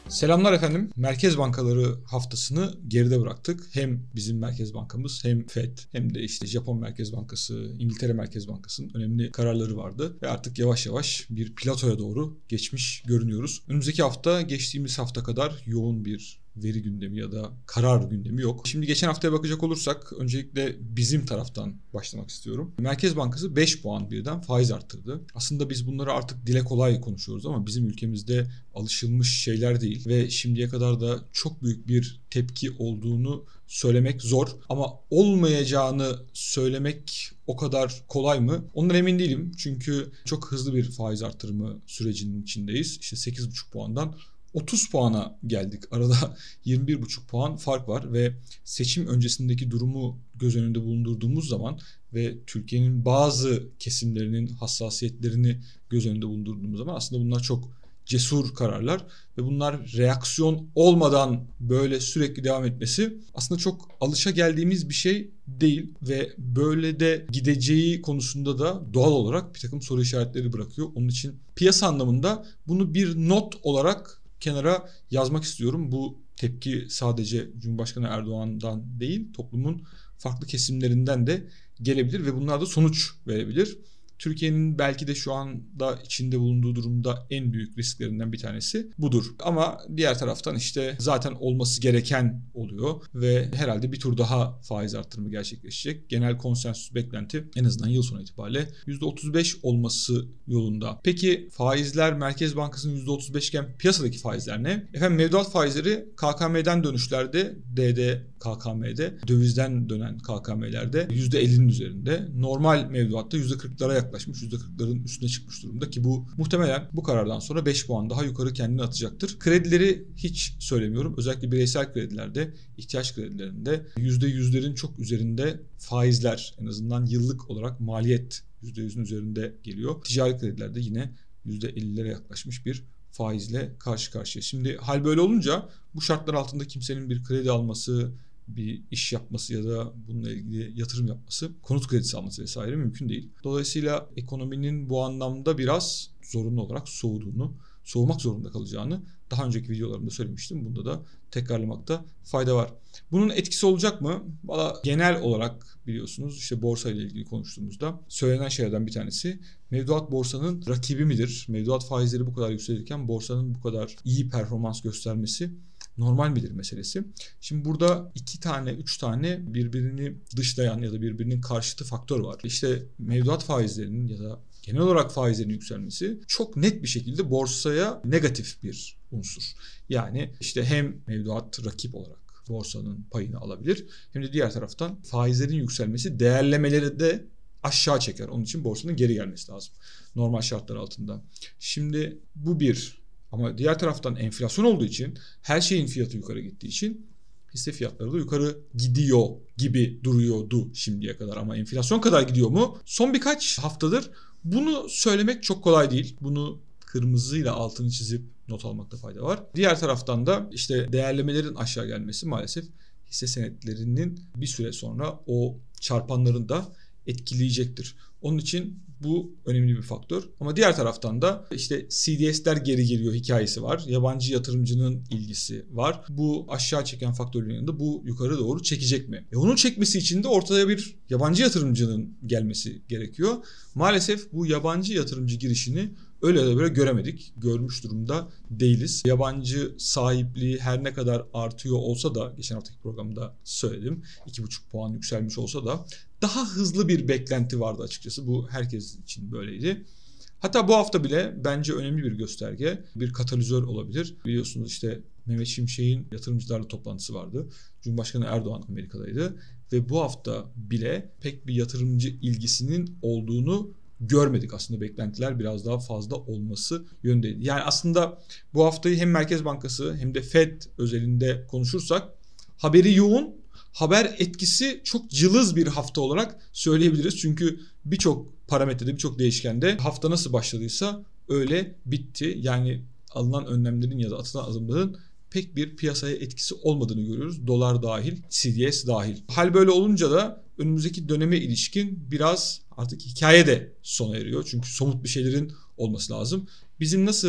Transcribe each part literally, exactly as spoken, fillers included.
Selamlar efendim. Merkez bankaları haftasını geride bıraktık. Hem bizim Merkez Bankamız hem Fed hem de işte Japon Merkez Bankası, İngiltere Merkez Bankası'nın önemli kararları vardı. Ve artık yavaş yavaş bir platoya doğru geçmiş görünüyoruz. Önümüzdeki hafta geçtiğimiz hafta kadar yoğun bir veri gündemi ya da karar gündemi yok. Şimdi geçen haftaya bakacak olursak öncelikle bizim taraftan başlamak istiyorum. Merkez Bankası beş puan birden faiz arttırdı. Aslında biz bunları artık dile kolay konuşuyoruz ama bizim ülkemizde alışılmış şeyler değil ve şimdiye kadar da çok büyük bir tepki olduğunu söylemek zor ama olmayacağını söylemek o kadar kolay mı? Ondan emin değilim. Çünkü çok hızlı bir faiz artırımı sürecinin içindeyiz. İşte sekiz buçuk puandan otuz puana geldik. Arada yirmi bir buçuk puan fark var ve seçim öncesindeki durumu göz önünde bulundurduğumuz zaman ve Türkiye'nin bazı kesimlerinin hassasiyetlerini göz önünde bulundurduğumuz zaman aslında bunlar çok cesur kararlar ve bunlar reaksiyon olmadan böyle sürekli devam etmesi aslında çok alışageldiğimiz bir şey değil ve böyle de gideceği konusunda da doğal olarak bir takım soru işaretleri bırakıyor. Onun için piyasa anlamında bunu bir not olarak kenara yazmak istiyorum. Bu tepki sadece Cumhurbaşkanı Erdoğan'dan değil, toplumun farklı kesimlerinden de gelebilir ve bunlar da sonuç verebilir. Türkiye'nin belki de şu anda içinde bulunduğu durumda en büyük risklerinden bir tanesi budur. Ama diğer taraftan işte zaten olması gereken oluyor ve herhalde bir tur daha faiz artırımı gerçekleşecek. Genel konsensüs beklenti en azından yıl sonu itibariyle yüzde otuz beş olması yolunda. Peki faizler Merkez Bankası'nın yüzde otuz beş iken piyasadaki faizler ne? Efendim mevduat faizleri K K M'den dönüşlerde, D D K K M'de, dövizden dönen K K M'lerde yüzde ellinin üzerinde. Normal mevduatta yüzde kırklara yaklaşmış, yüzde kırkların üstüne çıkmış durumda ki bu muhtemelen bu karardan sonra beş puan daha yukarı kendini atacaktır. Kredileri hiç söylemiyorum. Özellikle bireysel kredilerde, ihtiyaç kredilerinde yüzde yüzlerin çok üzerinde faizler, en azından yıllık olarak maliyet yüzde yüzün üzerinde geliyor. Ticari kredilerde yine yüzde ellilere yaklaşmış bir faizle karşı karşıya. Şimdi hal böyle olunca bu şartlar altında kimsenin bir kredi alması, bir iş yapması ya da bununla ilgili yatırım yapması, konut kredisi alması vesaire mümkün değil. Dolayısıyla ekonominin bu anlamda biraz zorunlu olarak soğuduğunu, soğumak zorunda kalacağını daha önceki videolarımda söylemiştim. Bunda da tekrarlamakta fayda var. Bunun etkisi olacak mı? Valla genel olarak biliyorsunuz işte borsa ile ilgili konuştuğumuzda söylenen şeylerden bir tanesi mevduat borsanın rakibi midir? Mevduat faizleri bu kadar yükselirken borsanın bu kadar iyi performans göstermesi normal midir meselesi. Şimdi burada iki tane, üç tane birbirini dışlayan ya da birbirinin karşıtı faktör var. İşte mevduat faizlerinin ya da genel olarak faizlerin yükselmesi çok net bir şekilde borsaya negatif bir unsur. Yani işte hem mevduat rakip olarak borsanın payını alabilir hem de diğer taraftan faizlerin yükselmesi değerlemeleri de aşağı çeker. Onun için borsanın geri gelmesi lazım normal şartlar altında. Şimdi bu bir. Ama diğer taraftan enflasyon olduğu için her şeyin fiyatı yukarı gittiği için hisse fiyatları da yukarı gidiyor gibi duruyordu şimdiye kadar. Ama enflasyon kadar gidiyor mu? Son birkaç haftadır bunu söylemek çok kolay değil. Bunu kırmızıyla altını çizip not almakta fayda var. Diğer taraftan da işte değerlemelerin aşağı gelmesi maalesef hisse senetlerinin bir süre sonra o çarpanların da etkileyecektir. Onun için bu önemli bir faktör. Ama diğer taraftan da işte C D S'ler geri geliyor hikayesi var. Yabancı yatırımcının ilgisi var. Bu aşağı çeken faktörün yanında bu yukarı doğru çekecek mi? E onun çekmesi için de ortaya bir yabancı yatırımcının gelmesi gerekiyor. Maalesef bu yabancı yatırımcı girişini öyle de böyle göremedik. Görmüş durumda değiliz. Yabancı sahipliği her ne kadar artıyor olsa da, geçen haftaki programda söyledim, iki buçuk puan yükselmiş olsa da daha hızlı bir beklenti vardı açıkçası. Bu herkes için böyleydi. Hatta bu hafta bile bence önemli bir gösterge, bir katalizör olabilir. Biliyorsunuz işte Mehmet Şimşek'in yatırımcılarla toplantısı vardı. Cumhurbaşkanı Erdoğan Amerika'daydı ve bu hafta bile pek bir yatırımcı ilgisinin olduğunu görmedik. Aslında beklentiler biraz daha fazla olması yönündeydi. Yani aslında bu haftayı hem Merkez Bankası hem de Fed özelinde konuşursak haberi yoğun, haber etkisi çok cılız bir hafta olarak söyleyebiliriz. Çünkü birçok parametrede, birçok değişkende hafta nasıl başladıysa öyle bitti. Yani alınan önlemlerin ya da atılan adımların pek bir piyasaya etkisi olmadığını görüyoruz. Dolar dahil, C D S dahil. Hal böyle olunca da önümüzdeki döneme ilişkin biraz artık hikaye de sona eriyor. Çünkü somut bir şeylerin olması lazım. Bizim nasıl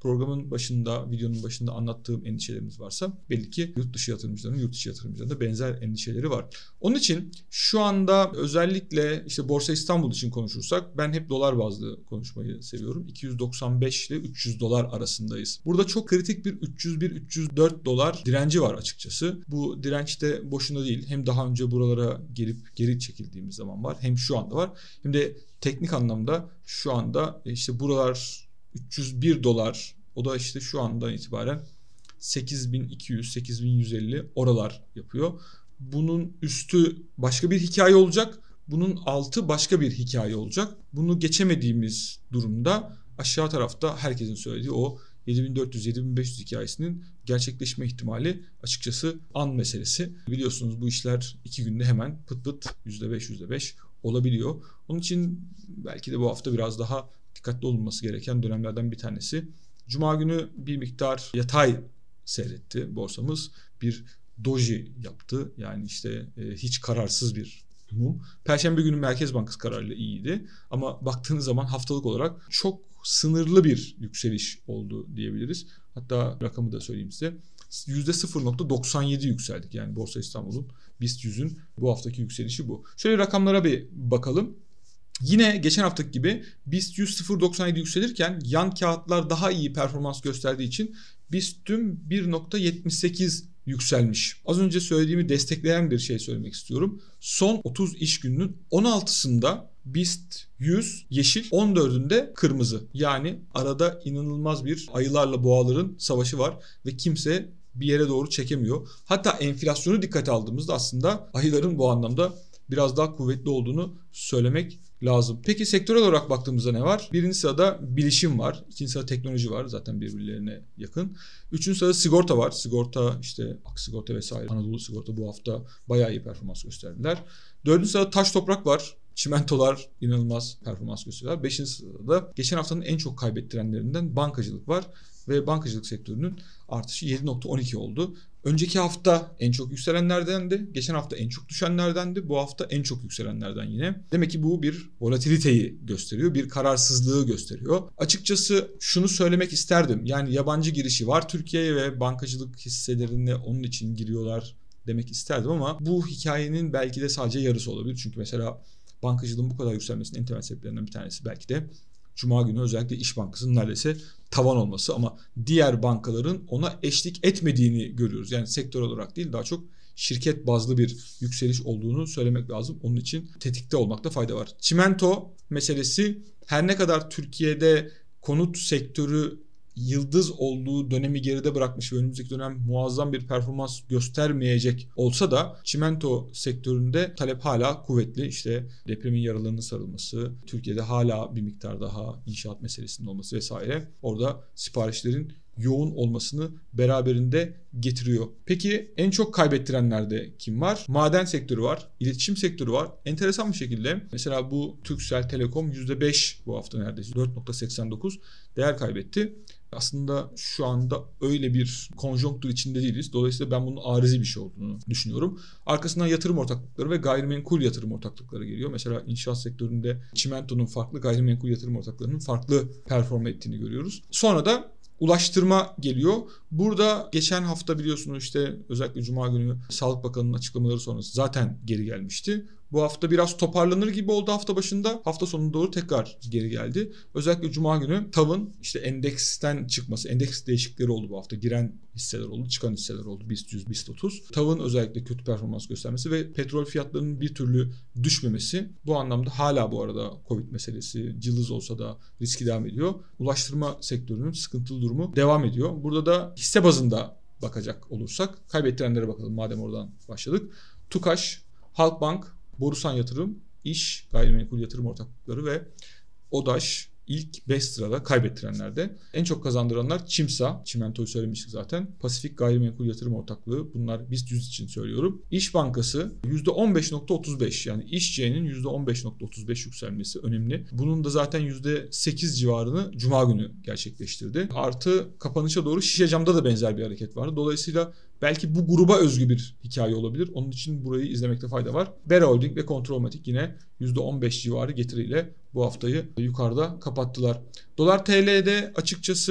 programın başında, videonun başında anlattığım endişelerimiz varsa belli ki yurt dışı yatırımcıların, yurt dışı yatırımcıların da benzer endişeleri var. Onun için şu anda özellikle işte Borsa İstanbul için konuşursak ben hep dolar bazlı konuşmayı seviyorum. iki yüz doksan beş ile üç yüz dolar arasındayız. Burada çok kritik bir üç yüz bir üç yüz dört dolar direnci var açıkçası. Bu direnç de boşuna değil. Hem daha önce buralara gelip geri çekildiğimiz zaman var. Hem şu anda var. Hem de teknik anlamda şu anda işte buralar üç yüz bir dolar, o da işte şu andan itibaren sekiz bin iki yüz sekiz bin yüz elli oralar yapıyor. Bunun üstü başka bir hikaye olacak. Bunun altı başka bir hikaye olacak. Bunu geçemediğimiz durumda aşağı tarafta herkesin söylediği o yedi bin dört yüz yedi bin beş yüz hikayesinin gerçekleşme ihtimali açıkçası an meselesi. Biliyorsunuz bu işler iki günde hemen pıt pıt yüzde beş yüzde beş olabiliyor. Onun için belki de bu hafta biraz daha dikkatli olunması gereken dönemlerden bir tanesi. Cuma günü bir miktar yatay seyretti borsamız. Bir doji yaptı. Yani işte e, hiç kararsız bir mum. Perşembe günü Merkez Bankası kararıyla iyiydi. Ama baktığınız zaman haftalık olarak çok sınırlı bir yükseliş oldu diyebiliriz. Hatta rakamı da söyleyeyim size. yüzde sıfır nokta doksan yedi yükseldik. Yani Borsa İstanbul'un BIST yüzün bu haftaki yükselişi bu. Şöyle rakamlara bir bakalım. Yine geçen haftaki gibi BIST yüz sıfır nokta doksan yedi yükselirken yan kağıtlar daha iyi performans gösterdiği için BIST tüm bir nokta yetmiş sekiz yükselmiş. Az önce söylediğimi destekleyen bir şey söylemek istiyorum. Son otuz iş gününün on altısında BIST yüz yeşil, on dördünde kırmızı. Yani arada inanılmaz bir ayılarla boğaların savaşı var ve kimse bir yere doğru çekemiyor. Hatta enflasyonu dikkate aldığımızda aslında ayıların bu anlamda biraz daha kuvvetli olduğunu söylemek lazım. Peki sektörel olarak baktığımızda ne var? Birinci sırada bilişim var. İkinci sırada teknoloji var. Zaten birbirlerine yakın. Üçüncü sırada sigorta var. Sigorta işte Ak Sigorta vesaire. Anadolu Sigorta bu hafta bayağı iyi performans gösterdiler. Dördüncü sırada taş toprak var. Çimentolar inanılmaz performans gösteriyorlar. Beşinci sırada geçen haftanın en çok kaybettirenlerinden bankacılık var. Ve bankacılık sektörünün artışı yedi nokta on iki oldu. Önceki hafta en çok yükselenlerdendi. Geçen hafta en çok düşenlerdendi. Bu hafta en çok yükselenlerden yine. Demek ki bu bir volatiliteyi gösteriyor. Bir kararsızlığı gösteriyor. Açıkçası şunu söylemek isterdim. Yani yabancı girişi var Türkiye'ye ve bankacılık hisselerine onun için giriyorlar demek isterdim ama bu hikayenin belki de sadece yarısı olabilir. Çünkü mesela bankacılığın bu kadar yükselmesinin en temel sebeplerinden bir tanesi belki de Cuma günü özellikle İş Bankası'nın neredeyse tavan olması ama diğer bankaların ona eşlik etmediğini görüyoruz. Yani sektör olarak değil daha çok şirket bazlı bir yükseliş olduğunu söylemek lazım. Onun için tetikte olmakta fayda var. Çimento meselesi her ne kadar Türkiye'de konut sektörü yıldız olduğu dönemi geride bırakmış ve önümüzdeki dönem muazzam bir performans göstermeyecek olsa da çimento sektöründe talep hala kuvvetli. İşte depremin yaralarının sarılması, Türkiye'de hala bir miktar daha inşaat meselesinin olması vesaire orada siparişlerin yoğun olmasını beraberinde getiriyor. Peki en çok kaybettirenlerde kim var? Maden sektörü var, iletişim sektörü var. Enteresan bir şekilde mesela bu Turkcell Telekom yüzde beş bu hafta neredeyse dört nokta seksen dokuz değer kaybetti. Aslında şu anda öyle bir konjonktür içinde değiliz. Dolayısıyla ben bunun arizi bir şey olduğunu düşünüyorum. Arkasından yatırım ortaklıkları ve gayrimenkul yatırım ortaklıkları geliyor. Mesela inşaat sektöründe çimentonun farklı, gayrimenkul yatırım ortaklarının farklı perform ettiğini görüyoruz. Sonra da ulaştırma geliyor. Burada geçen hafta biliyorsunuz işte özellikle Cuma günü Sağlık Bakanı'nın açıklamaları sonrası zaten geri gelmişti. Bu hafta biraz toparlanır gibi oldu hafta başında. Hafta sonuna doğru tekrar geri geldi. Özellikle Cuma günü TAV'ın işte endeksten çıkması, endeks değişiklikleri oldu bu hafta. Giren hisseler oldu, çıkan hisseler oldu. BIST yüz, BIST otuz. TAV'ın özellikle kötü performans göstermesi ve petrol fiyatlarının bir türlü düşmemesi. Bu anlamda hala bu arada Covid meselesi cılız olsa da riski devam ediyor. Ulaştırma sektörünün sıkıntılı durumu devam ediyor. Burada da hisse bazında bakacak olursak kaybettirenlere bakalım madem oradan başladık. TUKAŞ, Halkbank, Borusan Yatırım, İş, Gayrimenkul Yatırım Ortaklıkları ve ODAŞ ilk beş sırada kaybettirenlerde. En çok kazandıranlar Çimsa, çimentoyu söylemiştik zaten. Pasifik Gayrimenkul Yatırım Ortaklığı, bunlar BIST yüz için söylüyorum. İş Bankası yüzde on beş nokta otuz beş yani İşC'nin yüzde on beş nokta otuz beş yükselmesi önemli. Bunun da zaten yüzde sekiz civarını Cuma günü gerçekleştirdi. Artı kapanışa doğru Şişecam'da da benzer bir hareket vardı. Dolayısıyla belki bu gruba özgü bir hikaye olabilir. Onun için burayı izlemekte fayda var. Bera Holding ve Kontrolmatik yine yüzde on beş civarı getiriyle bu haftayı yukarıda kapattılar. Dolar T L'de açıkçası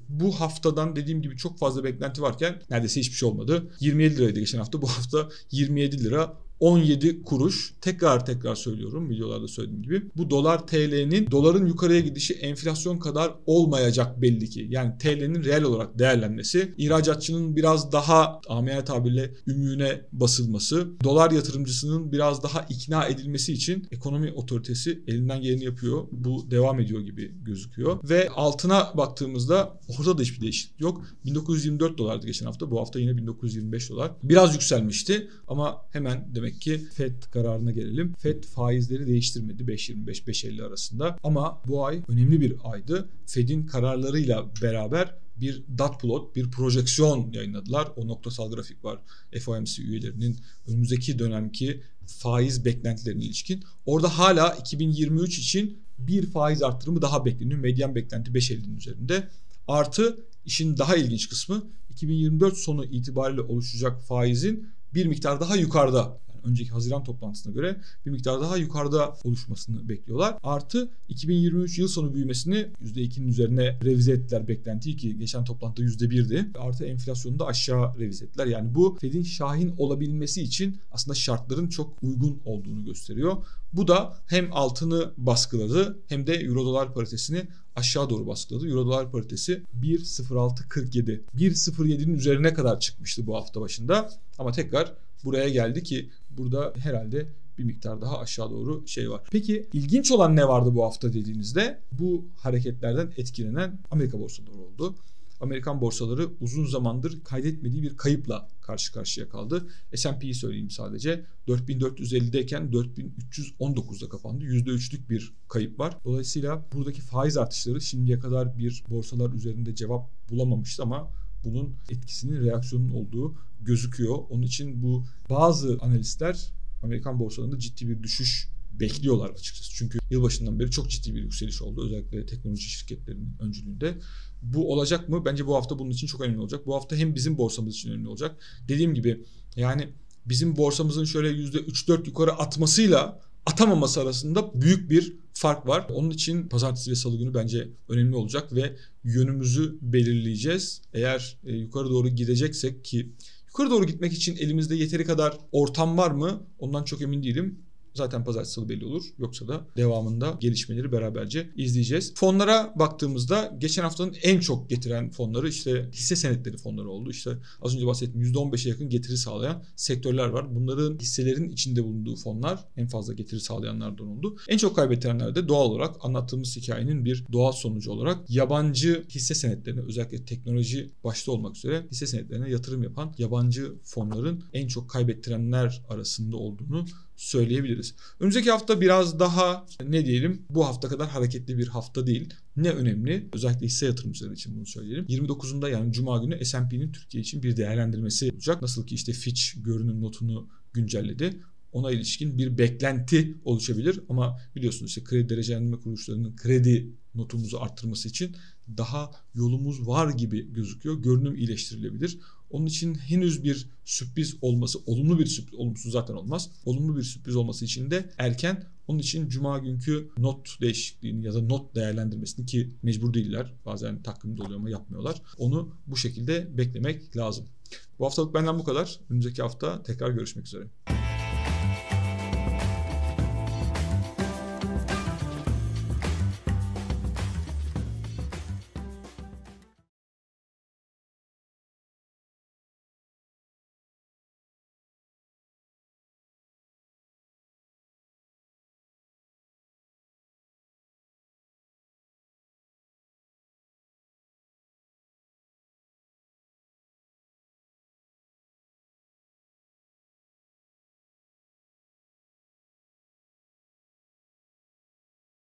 bu haftadan dediğim gibi çok fazla beklenti varken neredeyse hiçbir şey olmadı. yirmi yedi liraydı geçen hafta. Bu hafta yirmi yedi lira on yedi kuruş. Tekrar tekrar söylüyorum, videolarda söylediğim gibi. Bu dolar T L'nin doların yukarıya gidişi enflasyon kadar olmayacak belli ki. Yani T L'nin reel olarak değerlenmesi, ihracatçının biraz daha amiyane tabirle ümüğüne basılması, dolar yatırımcısının biraz daha ikna edilmesi için ekonomi otoritesi elinden geleni yapıyor. Bu devam ediyor gibi gözüküyor. Ve altına baktığımızda orada da hiçbir değişiklik yok. bin dokuz yüz yirmi dört dolardı geçen hafta. Bu hafta yine bin dokuz yüz yirmi beş dolar. Biraz yükselmişti ama hemen demek ki Fed kararına gelelim. Fed faizleri değiştirmedi beş yirmi beş beş elli arasında ama bu ay önemli bir aydı. Fed'in kararlarıyla beraber bir dot plot, bir projeksiyon yayınladılar. O noktasal grafik var F O M C üyelerinin önümüzdeki dönemki faiz beklentilerine ilişkin. Orada hala iki bin yirmi üç için bir faiz arttırımı daha bekleniyor. Medyan beklenti beş ellinin üzerinde. Artı işin daha ilginç kısmı iki bin yirmi dört sonu itibariyle oluşacak faizin bir miktar daha yukarıda. Önceki Haziran toplantısına göre bir miktar daha yukarıda oluşmasını bekliyorlar. Artı iki bin yirmi üç yıl sonu büyümesini yüzde ikinin üzerine revize ettiler beklentiyi ki geçen toplantıda yüzde birdi. Artı enflasyonu da aşağı revize ettiler. Yani bu Fed'in şahin olabilmesi için aslında şartların çok uygun olduğunu gösteriyor. Bu da hem altını baskıladı hem de euro dolar paritesini aşağı doğru baskıladı. Euro dolar paritesi bir nokta sıfır altı kırk yedi. bir nokta sıfır yedinin üzerine kadar çıkmıştı bu hafta başında. Ama tekrar buraya geldi ki burada herhalde bir miktar daha aşağı doğru şey var. Peki ilginç olan ne vardı bu hafta dediğinizde? Bu hareketlerden etkilenen Amerika borsaları oldu. Amerikan borsaları uzun zamandır kaydetmediği bir kayıpla karşı karşıya kaldı. S and P'yi söyleyeyim sadece. dört bin dört yüz ellideyken dört bin üç yüz on dokuzda kapandı. yüzde üçlük bir kayıp var. Dolayısıyla buradaki faiz artışları şimdiye kadar bir borsalar üzerinde cevap bulamamıştı ama bunun etkisinin, reaksiyonun olduğu gözüküyor. Onun için bu bazı analistler Amerikan borsalarında ciddi bir düşüş bekliyorlar açıkçası. Çünkü yılbaşından beri çok ciddi bir yükseliş oldu. Özellikle teknoloji şirketlerinin öncülüğünde. Bu olacak mı? Bence bu hafta bunun için çok önemli olacak. Bu hafta hem bizim borsamız için önemli olacak. Dediğim gibi yani bizim borsamızın şöyle yüzde üç dört yukarı atmasıyla atamaması arasında büyük bir fark var. Onun için pazartesi ve salı günü bence önemli olacak ve yönümüzü belirleyeceğiz. Eğer e, yukarı doğru gideceksek ki yukarı doğru gitmek için elimizde yeteri kadar ortam var mı? Ondan çok emin değilim. Zaten pazartesi salı belli olur. Yoksa da devamında gelişmeleri beraberce izleyeceğiz. Fonlara baktığımızda geçen haftanın en çok getiren fonları işte hisse senetleri fonları oldu. İşte az önce bahsettiğim yüzde on beşe yakın getiri sağlayan sektörler var. Bunların hisselerin içinde bulunduğu fonlar en fazla getiri sağlayanlardan oldu. En çok kaybettirenler de doğal olarak anlattığımız hikayenin bir doğal sonucu olarak yabancı hisse senetlerine, özellikle teknoloji başta olmak üzere hisse senetlerine yatırım yapan yabancı fonların en çok kaybettirenler arasında olduğunu söyleyebiliriz. Önümüzdeki hafta biraz daha ne diyelim bu hafta kadar hareketli bir hafta değil. Ne önemli? Özellikle hisse yatırımcıları için bunu söyleyelim. yirmi dokuzunda yani Cuma günü S and P'nin Türkiye için bir değerlendirmesi olacak. Nasıl ki işte Fitch görünüm notunu güncelledi. Ona ilişkin bir beklenti oluşabilir ama biliyorsunuz işte kredi derecelendirme kuruluşlarının kredi notumuzu arttırması için daha yolumuz var gibi gözüküyor. Görünüm iyileştirilebilir. Onun için henüz bir sürpriz olması, olumlu bir sürpriz, olumsuz zaten olmaz. Olumlu bir sürpriz olması için de erken. Onun için Cuma günkü not değişikliğini ya da not değerlendirmesini ki mecbur değiller. Bazen takvimde oluyor ama yapmıyorlar. Onu bu şekilde beklemek lazım. Bu haftalık benden bu kadar. Önümüzdeki hafta tekrar görüşmek üzere.